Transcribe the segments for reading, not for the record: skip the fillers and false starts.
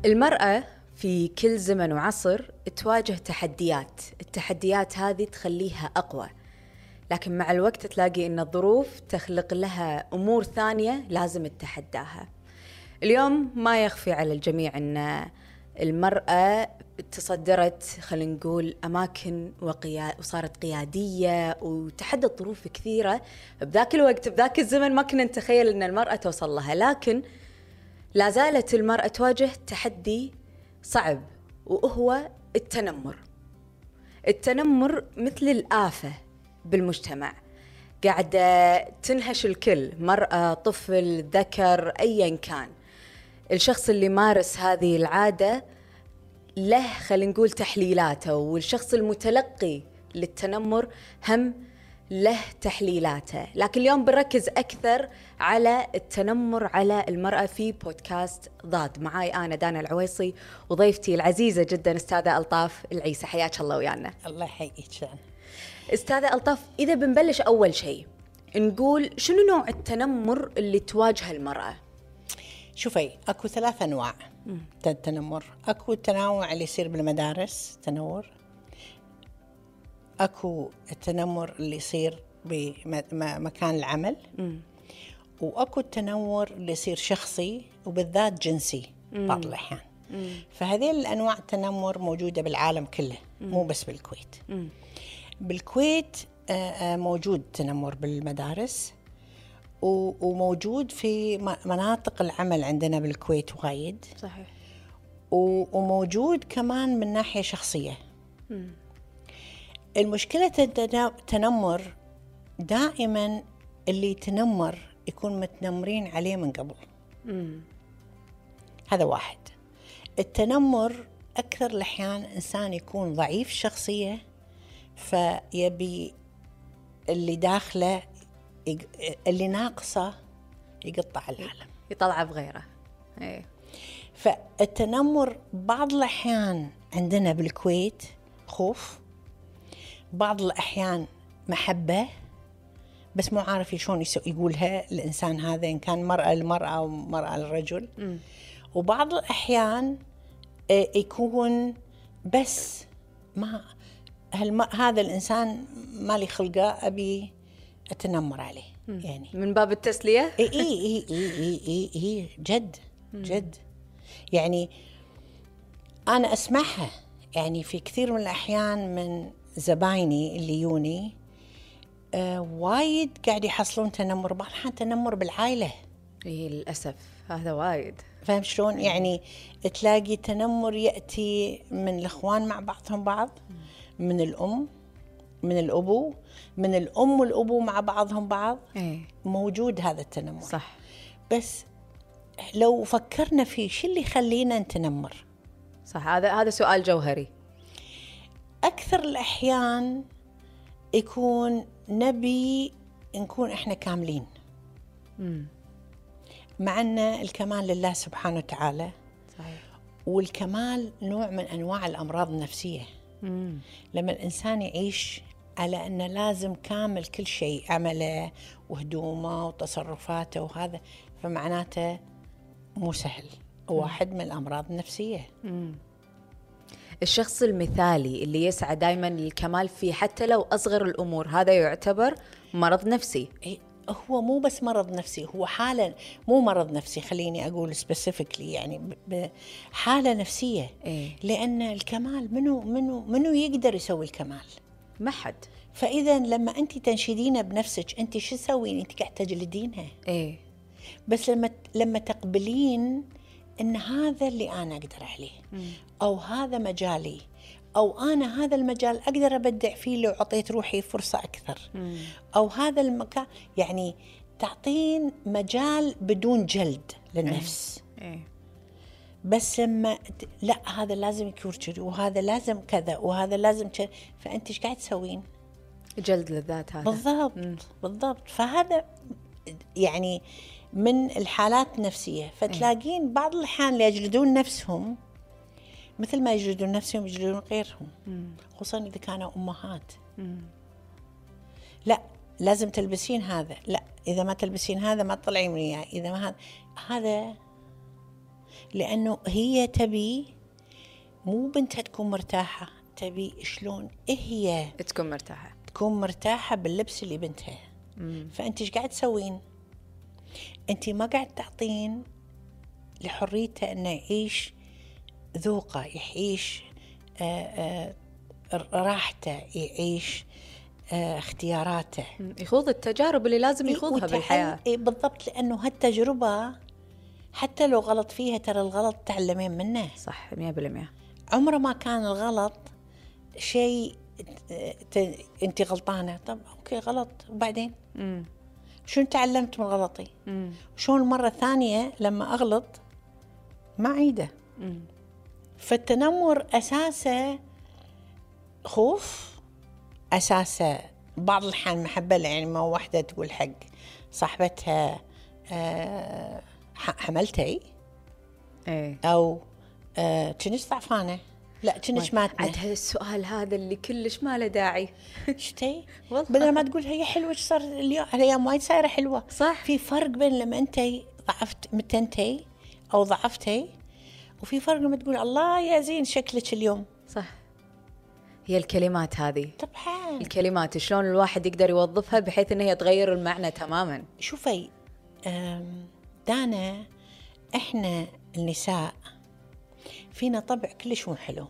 المرأة في كل زمن وعصر تواجه تحديات، التحديات هذه تخليها أقوى، لكن مع الوقت تلاقي أن الظروف تخلق لها أمور ثانية لازم تتحداها. اليوم ما يخفي على الجميع أن المرأة تصدرت خلينا نقول أماكن وصارت قيادية وتحدت ظروف كثيرة. بذاك الوقت بذاك الزمن ما كنا نتخيل أن المرأة توصل لها، لكن لا زالت المرأة تواجه تحدي صعب، وهو التنمر مثل الآفة بالمجتمع، قاعدة تنهش الكل، مرأة، طفل، ذكر، أيا كان. الشخص اللي مارس هذه العادة له خلينا نقول تحليلاته، والشخص المتلقي للتنمر هم له تحليلاته. لكن اليوم بنركز أكثر على التنمر على المرأة في بودكاست ضاد. معاي أنا دانا العويصي وضيفتي العزيزة جدا أستاذة ألطاف العيسى. حياك الله ويانا. الله يحييك. أستاذة ألطاف، إذا بنبلش أول شيء نقول شنو نوع التنمر اللي تواجه المرأة؟ شوفي، اكو 3 انواع التنمر. اكو التنوع اللي يصير بالمدارس، تنمر. اكو التنمر اللي يصير بمكان العمل، واكو التنمر اللي يصير شخصي وبالذات جنسي بعض الاحيان. فهذه الانواع التنمر موجوده بالعالم كله، مو بس بالكويت. بالكويت موجود تنمر بالمدارس، وموجود في مناطق العمل عندنا بالكويت وايد. صحيح. وموجود كمان من ناحية شخصية. المشكلة التنمر دائما اللي يتنمر يكون متنمرين عليه من قبل. هذا واحد. التنمر أكثر الأحيان إنسان يكون ضعيف شخصية، فيبي اللي داخله اللي ناقصه يقطع العالم، يطلع بغيره. ايه. فالتنمر بعض الأحيان عندنا بالكويت خوف، بعض الأحيان محبة، بس مو عارف شلون يقولها الإنسان هذا، إن كان مرأة للمرأة أو مرأة للرجل. وبعض الأحيان يكون بس ما هذا الإنسان ما لي خلقه، أبي أتنمر عليه. يعني من باب التسلية. إيه جد. يعني أنا أسمعها، يعني في كثير من الأحيان من زبايني اللي يوني وايد قاعد يحصلون تنمر، بعض الأحيان تنمر بالعائلة. إيه للأسف هذا وايد. فهم شلون؟ يعني تلاقي تنمر يأتي من الإخوان مع بعضهم بعض، من الأم، من الأبو، من الأم والأبو مع بعضهم بعض. موجود هذا التنمر. صح. بس لو فكرنا فيه، شو اللي يخلينا نتنمر؟ صح. هذا سؤال جوهري. أكثر الأحيان يكون نبي نكون إحنا كاملين، مع أن الكمال لله سبحانه وتعالى. صحيح. والكمال نوع من أنواع الأمراض النفسية. لما الإنسان يعيش على أنه لازم كامل كل شيء، عمله وهدومه وتصرفاته وهذا، فمعناته مو سهل. واحد من الأمراض النفسية. الشخص المثالي اللي يسعى دائما للكمال في حتى لو أصغر الأمور، هذا يعتبر مرض نفسي. هو مو بس مرض نفسي، هو حالة، مو مرض نفسي، خليني أقول specifically، يعني حالة نفسية. لأن الكمال منو يقدر يسوي الكمال؟ ما حد. فإذا لما أنت تنشدين بنفسك، أنت شو تسوين؟ أنت قاعد تجلدينها. بس لما تقبلين إن هذا اللي أنا أقدر عليه، أو هذا مجالي، أو أنا هذا المجال أقدر أبدع فيه لو عطيت روحي فرصة أكثر، أو هذا المكان، يعني تعطين مجال بدون جلد للنفس. بس لما لا، هذا لازم يكون كذا، وهذا لازم كذا، وهذا لازم كذا، فأنت إيش قاعد تسوين؟ جلد للذات. هذا بالضبط. فهذا يعني من الحالات النفسية. فتلاقين بعض الأحيان اللي يجلدون نفسهم، مثل ما يجلدون نفسهم يجلدون غيرهم، خصوصا إذا كانوا أمهات. لا لازم تلبسين هذا، لا إذا ما تلبسين هذا ما تطلعين من إياه، إذا ما هذا لأنه هي تبي مو بنتها تكون مرتاحة، تبي شلون هي تكون مرتاحة باللبس اللي بنتها. فأنت إيش قاعد تسوين؟ أنت ما قاعد تعطين لحريته أنه يعيش ذوقه، يعيش راحته، يعيش اختياراته، يخوض التجارب اللي لازم يخوضها بالحياة. بالضبط، لأنه هالتجربة حتى لو غلط فيها ترى الغلط تعلمين منه. صح 100%. عمره ما كان الغلط شيء انت غلطانة، طب اوكي غلط وبعدين شو تعلمت من غلطي؟ شلون المرة الثانية لما اغلط ما عيده. فالتنمر اساسه خوف، اساسه بعض الأحيان محبة، يعني ما واحدة تقول حق صاحبتها حملتي او كنش ضعفانة، لا كنش ماتنا. عاد السؤال هذا اللي كلش ما له داعي. شتي بدل ما تقول هي حلوة، ايش صار اليوم؟ الايام وايد صايرة حلوة. صح. في فرق بين لما انت ضعفت متنتي او ضعفتي، وفي فرق لما تقول الله يا زين شكلك اليوم. صح. هي الكلمات هذه طبعا، الكلمات شلون الواحد يقدر يوظفها بحيث انها تغير المعنى تماما. شوفي دانا، احنا النساء فينا طبع كلش مو حلو.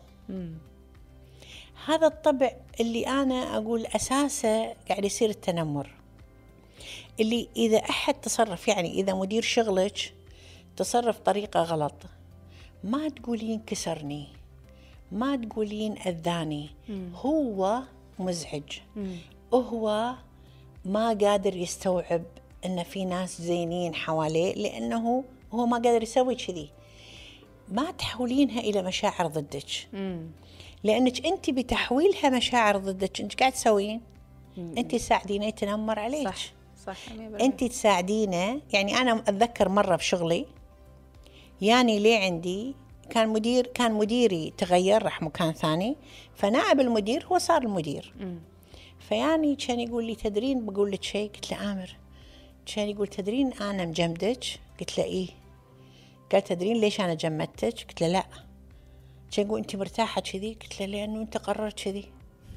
هذا الطبع اللي أنا أقول أساسه قاعد يصير التنمر، اللي إذا أحد تصرف، يعني إذا مدير شغلك تصرف طريقة غلط، ما تقولين كسرني، ما تقولين أذاني، هو مزعج، هو ما قادر يستوعب أن في ناس زينين حواليه، لأنه هو ما قادر يسوي كذي. ما تحولينها إلى مشاعر ضدك، لأنك أنت بتحويلها مشاعر ضدك أنت قاعد تسوين، أنت تساعدينه يتنمر عليك. صح. أنت تساعدينه. يعني أنا أتذكر مرة بشغلي، يعني ليه عندي كان مديري تغير، راح مكان ثاني، فنائب المدير هو صار المدير. فيعني كان يقول لي تدرين بقول لك شيء؟ قلت له آمر. كان يقول تدرين أنا مجمدك؟ قلت له إيه. قال تدرين ليش أنا جمدتك؟ قلت له لا. كان يقول أنت مرتاحة كذي؟ قلت له لأنه أنت قررت كذي.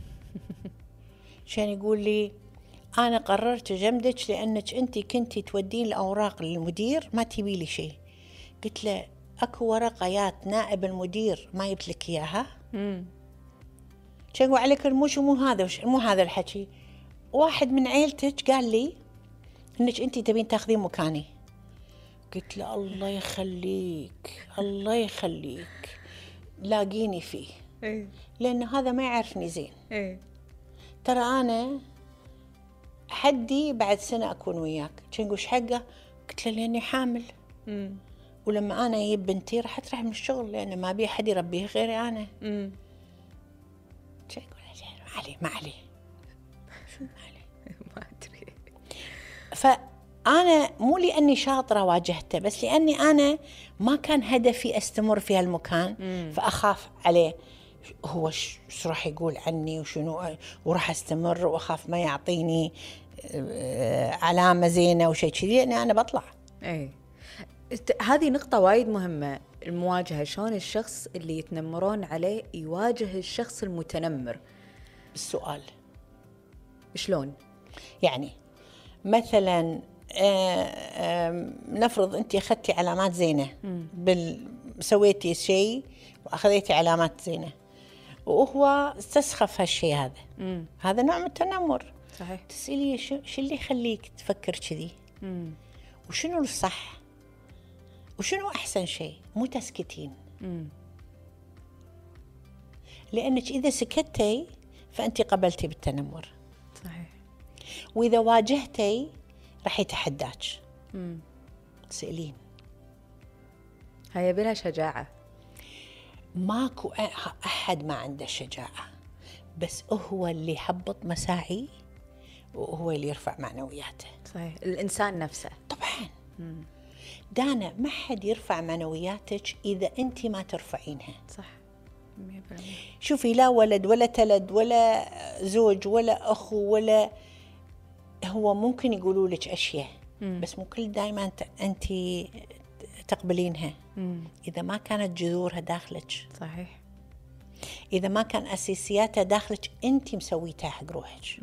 كان يقول لي أنا قررت جمدك لأنك أنت كنتي تودين الأوراق للمدير ما تبي لي شيء. قلت له أكو ورقيات نائب المدير ما جبت لك إياها؟ كان يقول عليك مو هذا الحكي. واحد من عيلتك قال لي إنك أنت تبين تاخذين مكاني. قلت له الله يخليك، الله يخليك، لاقيني فيه. لأن هذا ما يعرفني زين. ترى أنا حدي بعد سنة أكون وياك. كان يقول حقه؟ قلت له لأني حامل، ولما أنا يجيب بنتي راح تروح من الشغل، لأن ما بي أحد يربيه غيري أنا. كان يقول ما عليه شو ما عليه ما أدري. أنا مو لأني شاطرة واجهته، بس لأني أنا ما كان هدفي أستمر في هالمكان، فأخاف عليه هو شو راح يقول عني وشنو، وراح أستمر وأخاف ما يعطيني علامة زينة وشيء كذي، لأني أنا بطلع. هذه نقطة وايد مهمة، المواجهة. شلون الشخص اللي يتنمرون عليه يواجه الشخص المتنمر؟ بالسؤال. شلون؟ يعني مثلا نفرض أنت أخذتي علامات زينة، سويتي شيء وأخذتي علامات زينة، وهو استسخف هالشيء هذا. هذا نوع من التنمر. صحيح. تسألي شو اللي يخليك تفكر كذي؟ وشنو الصح وشنو أحسن شيء؟ مو تسكتين. لأنك إذا سكتي فأنت قبلتي بالتنمر. صحيح. وإذا واجهتي راح يتحداك. تسألين. هيا بلا شجاعة. ماكو أحد ما عنده شجاعة، بس هو اللي يحبط مساعي وهو اللي يرفع معنوياته. صحيح. الإنسان نفسه. طبعا. دانا ما حد يرفع معنوياتك إذا أنت ما ترفعينها. صح 100%. شوفي، لا ولد ولا تلد ولا زوج ولا أخو ولا، هو ممكن يقولوا لك أشياء بس مو كل دائما أنت تقبلينها إذا ما كانت جذورها داخلك. صحيح. إذا ما كان أساسياتها داخلك أنت مسويتها حق روحك.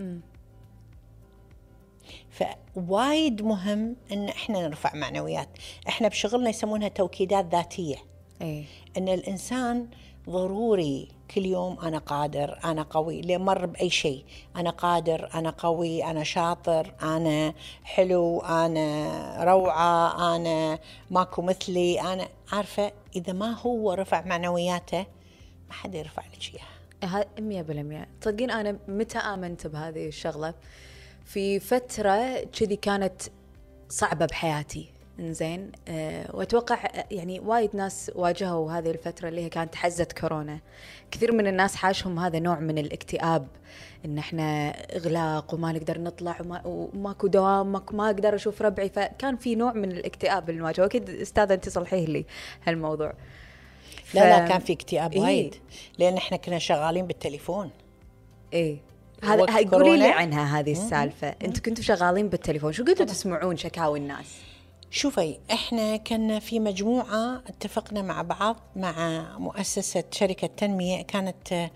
فوايد مهم إن إحنا نرفع معنويات. إحنا بشغلنا يسمونها توكيدات ذاتية. إن الإنسان ضروري كل يوم أنا قادر، أنا قوي، لمر بأي شيء، أنا قادر، أنا قوي، أنا شاطر، أنا حلو، أنا روعة، أنا ماكو مثلي. أنا عارفة إذا ما هو رفع معنوياته ما حد يرفع لك إياها. 100%. تصدقين أنا متى آمنت بهذه الشغلة؟ في فترة كذي كانت صعبة بحياتي، إنزين. وأتوقع يعني وايد ناس واجهوا هذه الفترة اللي هي كانت حزة كورونا. كثير من الناس حاشهم هذا نوع من الاكتئاب، إن إحنا إغلاق وما نقدر نطلع وماكو دوام، ما أقدر أشوف ربعي. فكان في نوع من الاكتئاب اللي نواجهه. أكيد أستاذة أنت صلحيه لي هالموضوع. لا كان في اكتئاب وايد، لأن إحنا كنا شغالين بالتليفون. هذا قولي لي عنها هذه السالفة. أنتوا كنتوا شغالين بالتليفون، شو قلتوا تسمعون شكاوي الناس؟ شوفي، احنا كنا في مجموعة اتفقنا مع بعض مع مؤسسة شركة تنمية، كانت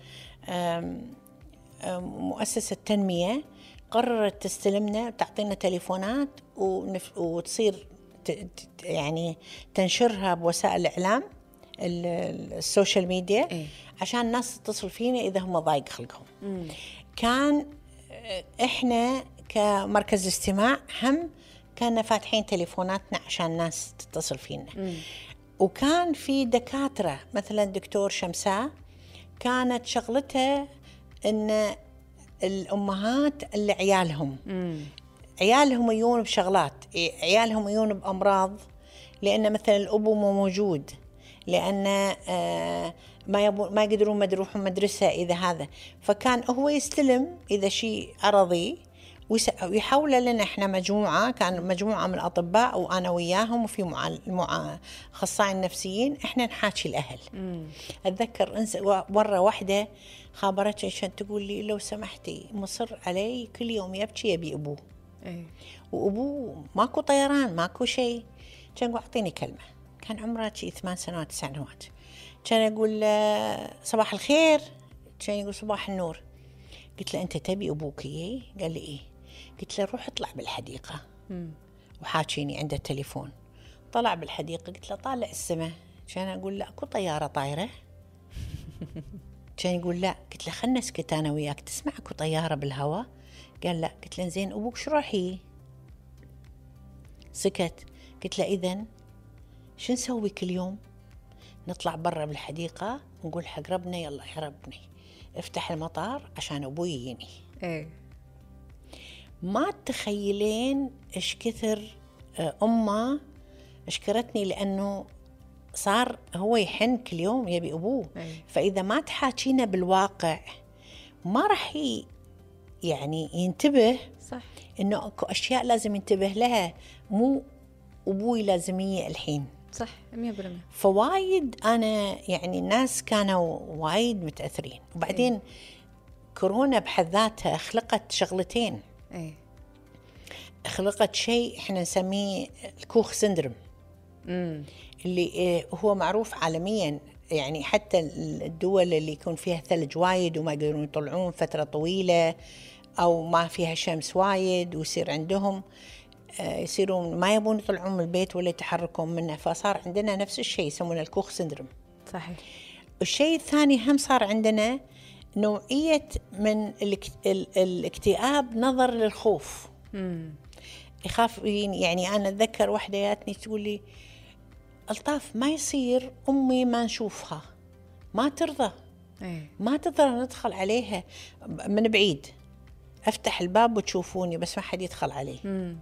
مؤسسة تنمية قررت تستلمنا وتعطينا تليفونات وتصير يعني تنشرها بوسائل الإعلام السوشيال ميديا عشان الناس تتصل فينا إذا هم ضايق خلقهم. كان احنا كمركز استماع هم كنا فاتحين تليفوناتنا عشان الناس تتصل فينا. وكان في دكاترة مثلا دكتور شمساء كانت شغلتها ان الأمهات اللي عيالهم يجون بشغلات، عيالهم يجون بأمراض، لأن مثلا الأبو مو موجود، لأن ما يقدرون يروحون مدرسة إذا هذا. فكان هو يستلم إذا شيء عرضي ويحول لنا. احنا مجموعة، كان مجموعة من الأطباء وأنا وياهم وفي أخصائيين نفسيين، احنا نحاكي الأهل. أتذكر مرة واحدة خابرتني عشان تقول لي لو سمحتي مصر علي كل يوم يبكي يبي أبوه. وأبوه ماكو طيران ماكو شيء. كان أعطيني كلمة، كان عمره 8 سنوات 9 سنوات. كان أقول صباح الخير، كان يقول صباح النور. قلت له أنت تبي أبوك إيه؟ قال لي إيه؟ قلت له روح اطلع بالحديقة. وحاكيني عنده التليفون. طلع بالحديقة، قلت له طالع السماء. كان أقول لا أكو طيارة طايرة. كان يقول لا. قلت له خلنا نسكت أنا وياك، تسمع أكو طيارة بالهواء؟ قال لا. قلت له زين أبوك شو راحي؟ سكت. قلت له إذن شو نسوي كل يوم؟ نطلع برا بالحديقة ونقول حق ربنا يلا يا ربني افتح المطار عشان أبوي يجيني. ما تتخيلين إيش كثر أمه اشكرتني، لأنه صار هو يحن كل يوم يبي أبوه. فإذا ما تحاكينا بالواقع ما راح يعني ينتبه. صح. إنه أكو أشياء لازم ينتبه لها، مو أبوي لازمية الحين. صح 100%. فوايد أنا يعني الناس كانوا وايد متأثرين. وبعدين كورونا بحد ذاتها خلقت شغلتين. خلقت شيء احنا نسميه الكوخ سندروم، اللي هو معروف عالميا. يعني حتى الدول اللي يكون فيها ثلج وايد وما يقدرون يطلعون فترة طويلة أو ما فيها شمس وايد، ويصير عندهم يصيرون ما يبون يطلعون من البيت ولا يتحركون منه. فصار عندنا نفس الشيء يسمونه الكوخ سندروم. صحيح. الشيء الثاني هم صار عندنا نوعية من الاكتئاب نظر للخوف. يخاف. يعني أنا أتذكر واحدة جاتني تقول لي ألطاف ما يصير أمي ما نشوفها، ما ترضى. ما ترضى ندخل عليها من بعيد، أفتح الباب وتشوفوني بس ما حد يدخل علي.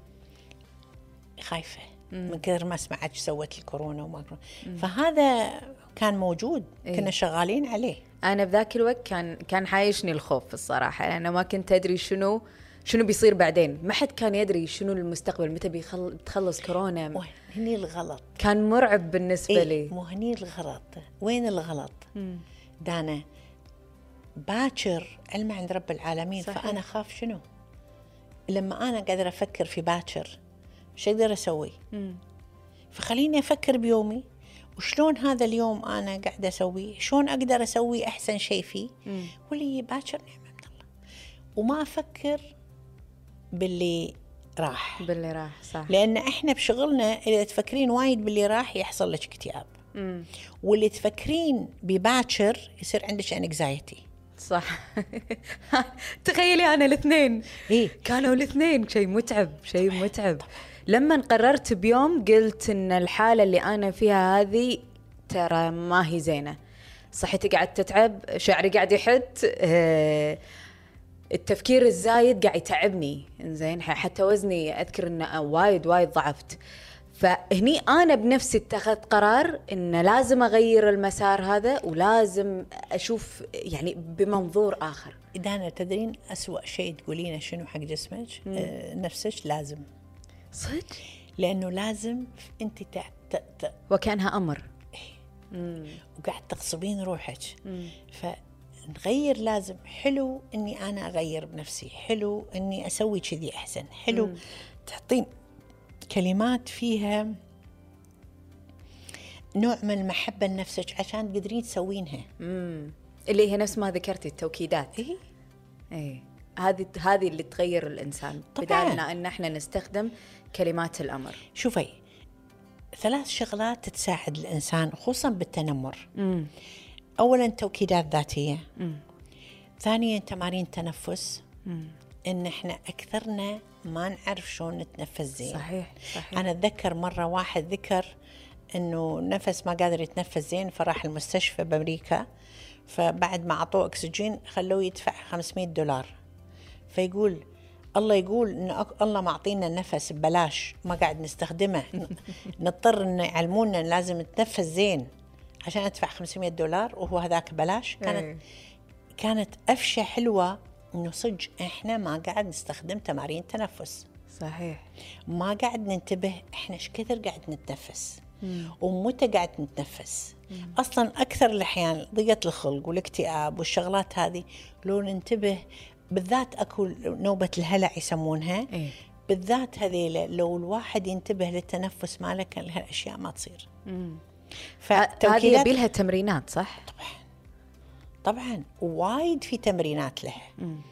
خايفة من كثر ما سمعت سوت الكورونا وما فهذا كان موجود. كنا شغالين عليه. أنا بذاك الوقت كان حايشني الخوف الصراحة. أنا ما كنت أدري شنو بيصير بعدين. ما حد كان يدري شنو المستقبل، متى بتخلص كورونا. هني الغلط كان مرعب بالنسبة لي. مو هني الغلط. وين الغلط؟ دانا باكر علم عند رب العالمين. صحيح. فأنا خاف شنو لما أنا قادرة أفكر في باكر شو أقدر أسوي؟ فخليني أفكر بيومي وشلون هذا اليوم أنا قاعدة أسويه، شلون أقدر أسوي أحسن شيء فيه، واللي باكر نعمة من الله، وما أفكر باللي راح. صح. لأن إحنا بشغلنا إذا تفكرين وايد باللي راح يحصل لك اكتئاب، واللي تفكرين بباكر يصير عندك انكزايتي. صح. تخيلي أنا الاثنين كانوا الاثنين شيء متعب. لما قررت بيوم قلت إن الحالة اللي أنا فيها هذه ترى ما هي زينة، صحتي قاعد تتعب، شعري قاعد يحت، التفكير الزايد قاعد يتعبني، إنزين حتى وزني أذكر إنه وايد ضعفت. فهني أنا بنفسي اتخذت قرار إن لازم أغير المسار هذا، ولازم أشوف يعني بمنظور آخر. دانا تدرين أسوأ شيء تقولينه شنو حق جسمك؟ نفسك لازم صدق، لأنه لازم أنت وكأنها أمر وقاعد تغصبين روحك. فنغير لازم. حلو إني أنا أغير بنفسي، حلو إني أسوي كذي أحسن، حلو تعطين كلمات فيها نوع من المحبة لنفسك عشان تقدرين تسوينها. اللي هي نفس ما ذكرتي التوكيدات. هذه اللي تغير الإنسان، بدالنا أن احنا نستخدم كلمات الأمر. شوفي، 3 شغلات تساعد الإنسان خصوصا بالتنمر. أولا توكيدات ذاتية، ثانيا تمارين تنفس. إن إحنا أكثرنا ما نعرف شلون نتنفس زين. صحيح. أنا أتذكر مرة واحد ذكر إنه نفس ما قادر يتنفس زين، فراح المستشفى بأمريكا، فبعد ما عطوه أكسجين خلوه يدفع $500. فيقول الله يقول إن الله معطينا النفس ببلاش ما قاعد نستخدمه، نضطر إن يعلمونا لازم نتنفس زين عشان أدفع $500 وهو هذاك بلاش. كانت أفشة حلوة إنه صدق إحنا ما قاعد نستخدم تمارين تنفس. صحيح. ما قاعد ننتبه إحنا إيش كثر قاعد نتنفس ومتى قاعد نتنفس. أصلاً أكثر الأحيان ضيقة الخلق والاكتئاب والشغلات هذه لو ننتبه، بالذات أكو نوبة الهلع يسمونها. بالذات هذيله لو الواحد ينتبه للتنفس ماله كان هالأشياء ما تصير. هذه يبي لها تمرينات صح؟ طبعا وايد في تمرينات لها.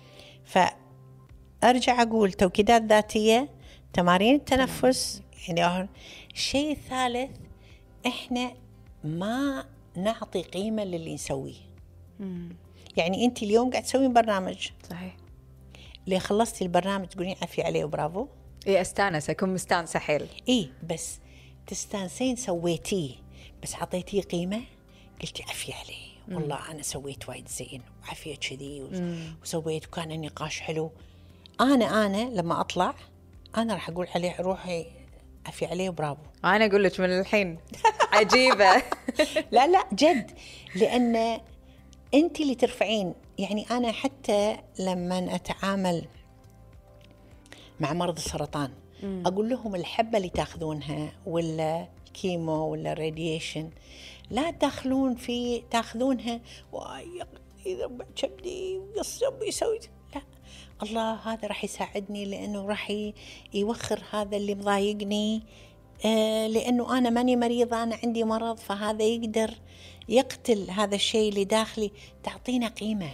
فأرجع أقول توكيدات ذاتية، تمارين التنفس. يعني الشيء الثالث، إحنا ما نعطي قيمة للي نسويه. يعني أنت اليوم قاعد تسوين برنامج، صحيح، اللي خلصتي البرنامج تقولين عفي عليه وبرافو. أستانس، أكون مستانسة حيل. بس تستانسين سويتيه، بس عطيتيه قيمة، قلتي عفي عليه والله أنا سويت وايد زين وعفيت كذي وسويت وكان النقاش حلو. أنا لما أطلع أنا راح أقول عليه روحي عفي عليه وبرافو. أنا أقول لك من الحين عجيبة. لا جد، لأن أنت اللي ترفعين. يعني أنا حتى لما أتعامل مع مرض السرطان أقول لهم الحبة اللي تاخذونها ولا الكيمو ولا الراديشن لا تاخذونها إذا كبدي ويصب ويسوي. لا، الله هذا راح يساعدني لأنه راح يوخر هذا اللي مضايقني، لأنه أنا ماني مريضة، أنا عندي مرض، فهذا يقدر يقتل هذا الشيء اللي داخلي. تعطينا قيمة.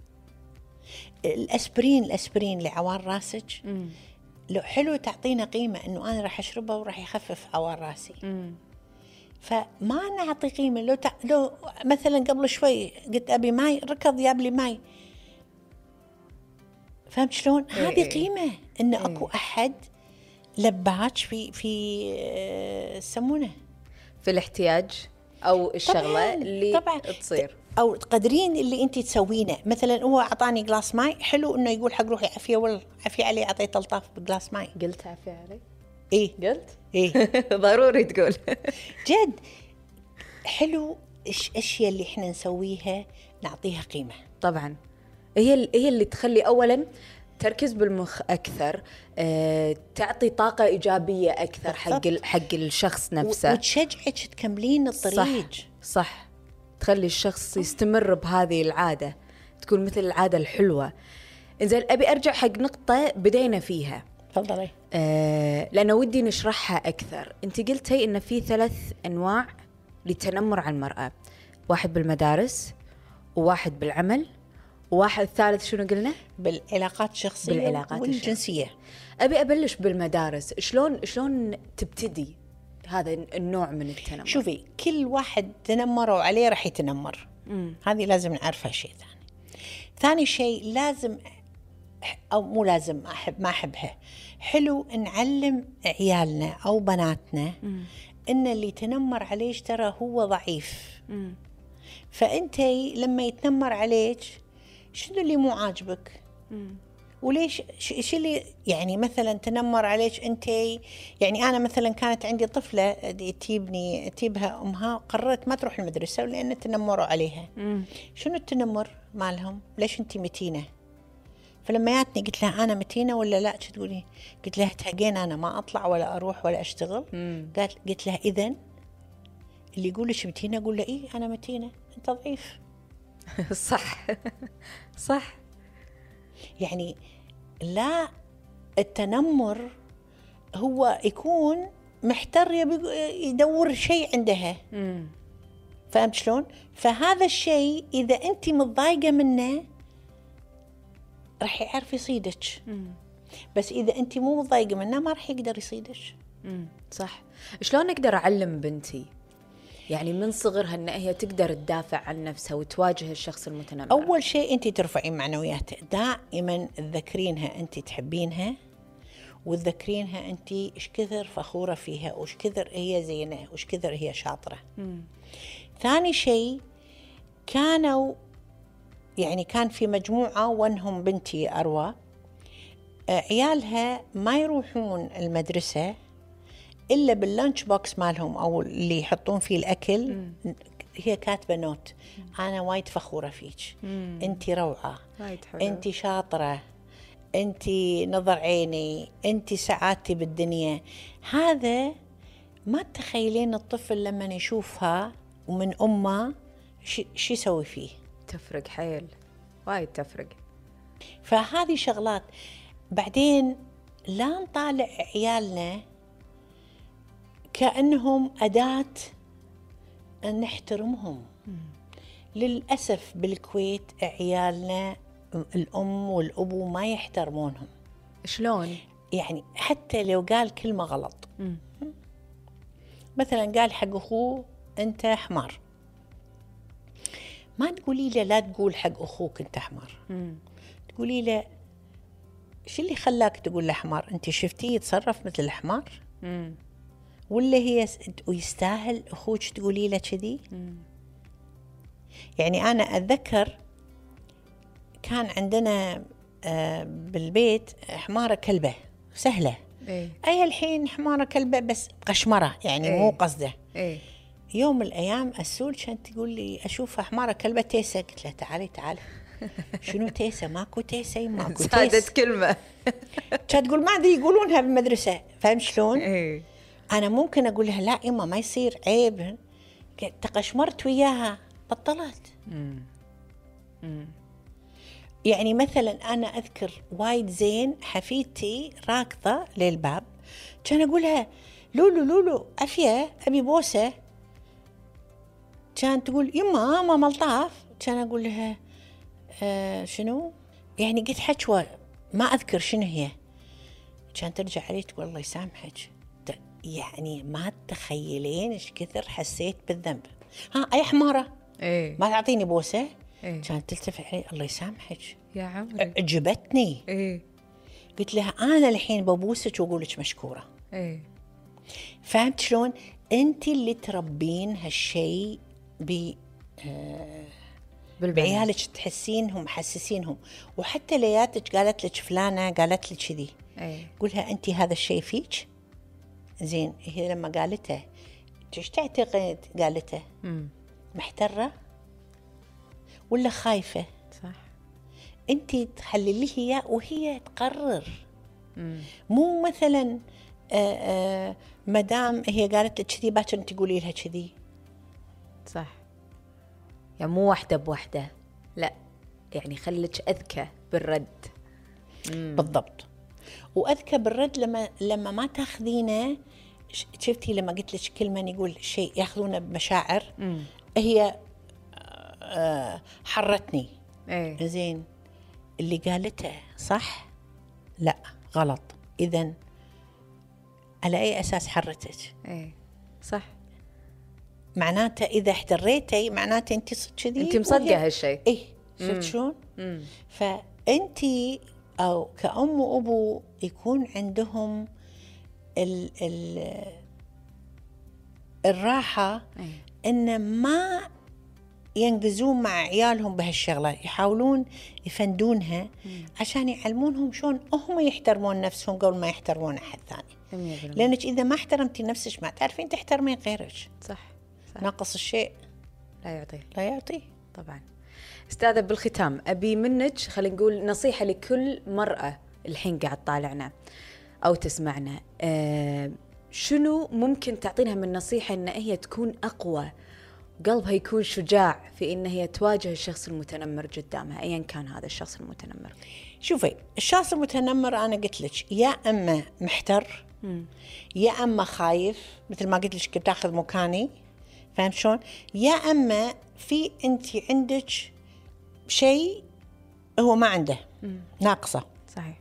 الأسبرين لعوار راسك لو حلو تعطينا قيمة إنه أنا راح أشربه وراح يخفف عوار راسي. فما نعطي قيمة. لو مثلا قبل شوي قلت أبي ماي، ركض جاب لي ماي، فهمت شلون؟ هذه قيمة إن أكو أحد لباك في يسمونه في الاحتياج أو الشغلة اللي تصير، أو تقدرين اللي أنت تسوينه. مثلا هو أعطاني جلاس ماي، حلو إنه يقول حق روحي عافية، والله عافية عليه، أعطيت الطاف بجلاس ماي. قلت عافية عليه؟ قلت ضروري تقول. جد حلو. الأشياء اللي إحنا نسويها نعطيها قيمة. طبعا هي اللي تخلي أولا تركز بالمخ أكثر، تعطي طاقة إيجابية أكثر حق الشخص نفسه، وتشجعك تكملين الطريق. صح. تخلي الشخص يستمر بهذه العادة، تكون مثل العادة الحلوة. إنزين، أبي أرجع حق نقطة بدينا فيها. تفضلي. لأنه ودي نشرحها أكثر. أنت قلتي إن في 3 أنواع للتنمر على المرأة، واحد بالمدارس، وواحد بالعمل، وواحد ثالث شنو قلنا؟ بالعلاقات الشخصية والجنسية. أبي أبلش بالمدارس. شلون تبتدي هذا النوع من التنمر؟ شوفي، كل واحد تنمروا عليه راح يتنمر. هذه لازم نعرفها. شيء ثاني شيء لازم، أو مو لازم، ما أحبها، حلو نعلم عيالنا أو بناتنا إن اللي تنمر عليك ترى هو ضعيف. فأنتي لما يتنمر عليك شنو اللي مو عاجبك؟ وليش؟ شو اللي يعني مثلا تنمر عليك أنتي؟ يعني أنا مثلا كانت عندي طفلة تجيبها أمها، قررت ما تروح المدرسة لأن تنمروا عليها. شنو التنمر مالهم؟ ليش أنتي متينة؟ فلما جاتني قلت لها أنا متينة ولا لا؟ شو تقولي؟ قلت لها تهجين أنا ما أطلع ولا أروح ولا أشتغل. قلت لها إذن اللي يقولش متينة قول له إيه أنا متينة، أنت ضعيف. صح صح. يعني لا، التنمر هو يكون محتر يدور شيء عندها. فهمت شلون؟ فهذا الشيء إذا أنت متضايقة منه راح يعرف يصيدك. بس إذا أنت مو متضايقة منه ما راح يقدر يصيدك. صح. شلون أقدر أعلم بنتي يعني من صغرها أن هي تقدر تدافع عن نفسها وتواجه الشخص المتنمر؟ أول شيء أنت ترفعين معنوياتها، دائما تذكرينها أنت تحبينها، وتذكرينها أنت إيش كثر فخورة فيها، وإيش كثر هي زينة، وإيش كثر هي شاطرة. ثاني شيء، كان في مجموعة وانهم بنتي أروى، عيالها ما يروحون المدرسة إلا باللانش بوكس مالهم أو اللي يحطون فيه الأكل. هي كاتبة نوت: أنا وايد فخورة فيك، أنتي روعة، أنتي شاطرة، أنتي نظر عيني، أنتي سعادتي بالدنيا. هذا ما تخيلين الطفل لما يشوفها ومن أمه شو يسوي فيه؟ تفرق حيل، وايد تفرق. فهذه شغلات. بعدين لا نطالع عيالنا كأنهم أداة نحترمهم. للأسف بالكويت عيالنا الأم والأبو ما يحترمونهم. شلون؟ يعني حتى لو قال كلمة غلط، مثلا قال حق أخوه أنت حمار، ما تقولي له لا تقول حق أخوك أنت حمار. تقولي له شو اللي خلاك تقول له حمار؟ أنت شفتيه يتصرف مثل الحمار؟ ولا هي ويستاهل أخوك تقولي له كذي؟ يعني أنا أتذكر كان عندنا بالبيت حمارة كلبة سهلة. أي الحين حمارة كلبة بس قشمرة، يعني مو قصده. يوم من الأيام السول كانت تقول لي أشوف حمارة كلبة تيسة. قلت لها تعالي شنو تيسة؟ ماكو تيسة، ماكو تيسة. زادت كلمة. كانت تقول ما أدري يقولونها بالمدرسة. فهم شلون؟ أنا ممكن أقول لها لا إما ما يصير عيب، تقشمرت وياها بطلت. يعني مثلا أنا أذكر وايد زين حفيدتي راكضة للباب، كان أقولها لولو عافية أبي بوسة، كان تقول يما ماما ملطاف، كان أقول لها شنو يعني قلت حجوة ما أذكر شنو هي، كان ترجع علي تقول الله يسامحك. يعني ما تتخيلين إيش كثر حسيت بالذنب. أي حمارة ما تعطيني بوسة. كانت تلتفت علي الله يسامحك يا عمري، عجبتني. قلت لها أنا الحين ببوسك وأقولك مشكورة. فهمت شلون؟ أنت اللي تربين هالشيء بعيالك، تحسينهم محسسينهم. وحتى لياتك قالت لك فلانة قالت لك كذي، قولها أنت هذا الشيء فيك زين. هي لما قالته ايش تعتقد قالته؟ محترة ولا خايفة؟ صح. انت تخلي هي وهي تقرر. مو مثلا مدام هي قالت لك كذي باكر انت تقولي لها كذي. صح. يعني مو واحدة بوحدة، لا يعني خليك أذكى بالرد. بالضبط. واذكر بالرد لما ما تاخذينه، شفتي لما قلت لك كل من يقول شيء ياخذونه بمشاعر، هي حرتني. زين اللي قالته صح؟ لا غلط. اذا على اي اساس حرتك؟ صح. معناته اذا احتريتي معناته انت صدق كذي، انت مصدقه هالشيء. شفت شلون؟ فانت او كأم وابو يكون عندهم الراحه ان ما ينقزون مع عيالهم بهالشغله، يحاولون يفندونها عشان يعلمونهم شلون هم يحترمون نفسهم قبل ما يحترمون احد ثاني. لانك اذا ما احترمتي نفسك ما تعرفين تحترمين غيرك. صح. ناقص الشيء لا يعطي. طبعا. استاذة بالختام ابي منك خلينا نقول نصيحة لكل مرأة الحين قاعد طالعنا او تسمعنا، شنو ممكن تعطينها من نصيحة ان هي تكون اقوى، قلبها يكون شجاع في ان هي تواجه الشخص المتنمر قدامها ايا كان هذا الشخص المتنمر؟ شوفي الشخص المتنمر انا قلت لك يا اما محتر يا اما خايف مثل ما قلت لك بتاخذ مكاني، فهم شلون؟ يا اما في انت عندك شيء هو ما عنده، ناقصه. صحيح.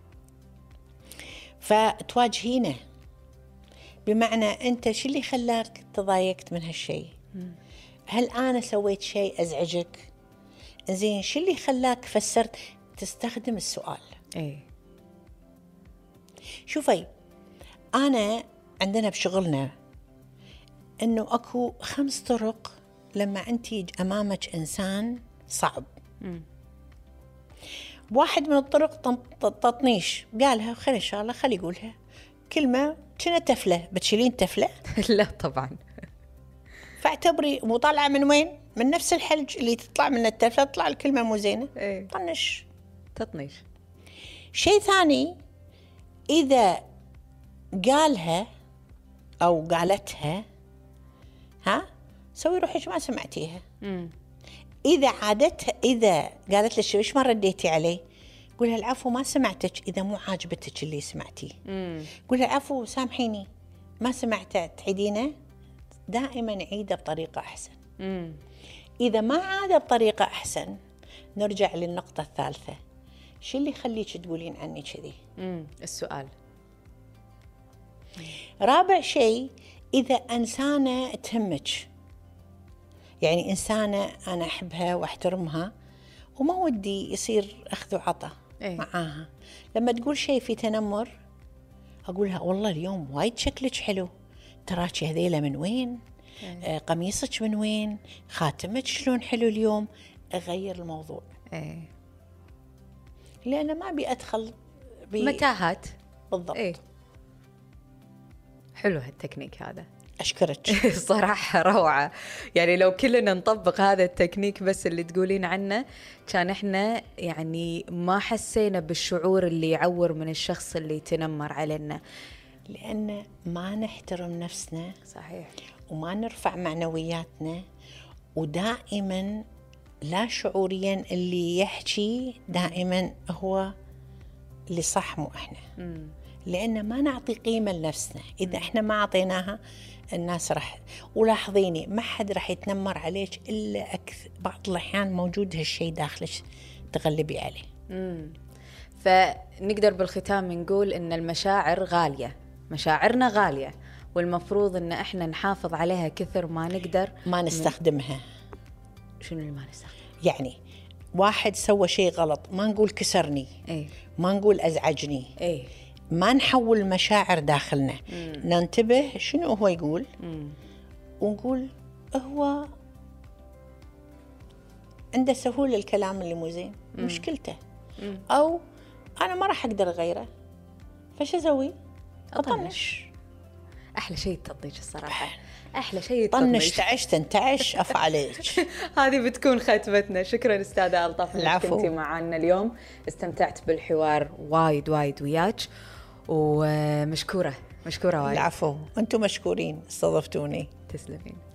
فتواجهينه، بمعنى انت شو اللي خلاك تضايقت من هالشيء؟ هل انا سويت شيء ازعجك؟ زين شو اللي خلاك فسرت؟ تستخدم السؤال. شوفي انا عندنا بشغلنا انه اكو 5 طرق لما انت امامك انسان صعب. واحد من الطرق تطنيش، قالها خير ان شاء الله خلي يقولها كلمه كنا تفله، بتشيلين تفله؟ لا طبعا. فاعتبري وطالعه من وين؟ من نفس الحلج اللي تطلع من التفله تطلع الكلمه مو زينه. طنش. تطنيش. شيء ثاني، اذا قالها او قالتها سوي روحك ما سمعتيها. اذا عادتها، اذا قالت لك ايش ما رديتي عليه، قولها العفو ما سمعتك اذا مو عاجبتك اللي سمعتيه. قولها العفو سامحيني ما سمعته، تعيدينه. دائما عيده بطريقه احسن. اذا ما عاد بطريقه احسن نرجع للنقطه الثالثه، شو اللي يخليك تقولين عني كذي؟ السؤال. رابع شيء، اذا انسانه تهمك، يعني إنسانة أنا أحبها وأحترمها وما ودي يصير أخذ وعطى معاها، لما تقول شيء في تنمر أقولها والله اليوم وايد شكلك حلو، تراكي هذيلة من وين؟ قميصك من وين؟ خاتمك شلون حلو اليوم؟ أغير الموضوع. لأن ما أبي أدخل متاهات. بالضبط. حلو هالتكنيك هذا. أشكرك. صراحة روعة. يعني لو كلنا نطبق هذا التكنيك بس اللي تقولين عنه، كان إحنا يعني ما حسينا بالشعور اللي يعور من الشخص اللي يتنمر علينا، لأن ما نحترم نفسنا. صحيح. وما نرفع معنوياتنا، ودائما لا شعوريا اللي يحكي دائما هو اللي صح مو إحنا. لأن ما نعطي قيمة لنفسنا. إذا إحنا ما عطيناها الناس راح، ولاحظيني ما حد راح يتنمر عليك إلا بعض الأحيان موجود هالشيء داخلك تغلبي عليه. فنقدر بالختام نقول إن المشاعر غالية، مشاعرنا غالية، والمفروض إن إحنا نحافظ عليها كثر ما نقدر، ما نستخدمها. شنو اللي ما نستخدم؟ يعني واحد سوى شيء غلط ما نقول كسرني، ما نقول أزعجني، ما نحول المشاعر داخلنا. ننتبه شنو هو يقول، ونقول هو عنده سهولة الكلام اللي مو زين، مشكلته، أو أنا ما راح أقدر أغيره، فش أسوي؟ أطنش. أحلى شيء التطنيش الصراحة، أحلى شيء طنش تعش تنتعش أفعالك. هذه بتكون ختمتنا. شكرا أستاذة ألطف إنك كنتي معنا اليوم، استمتعت بالحوار وايد وياك، ومشكورة وايد. العفو، أنتم مشكورين استضفتوني. تسلمين.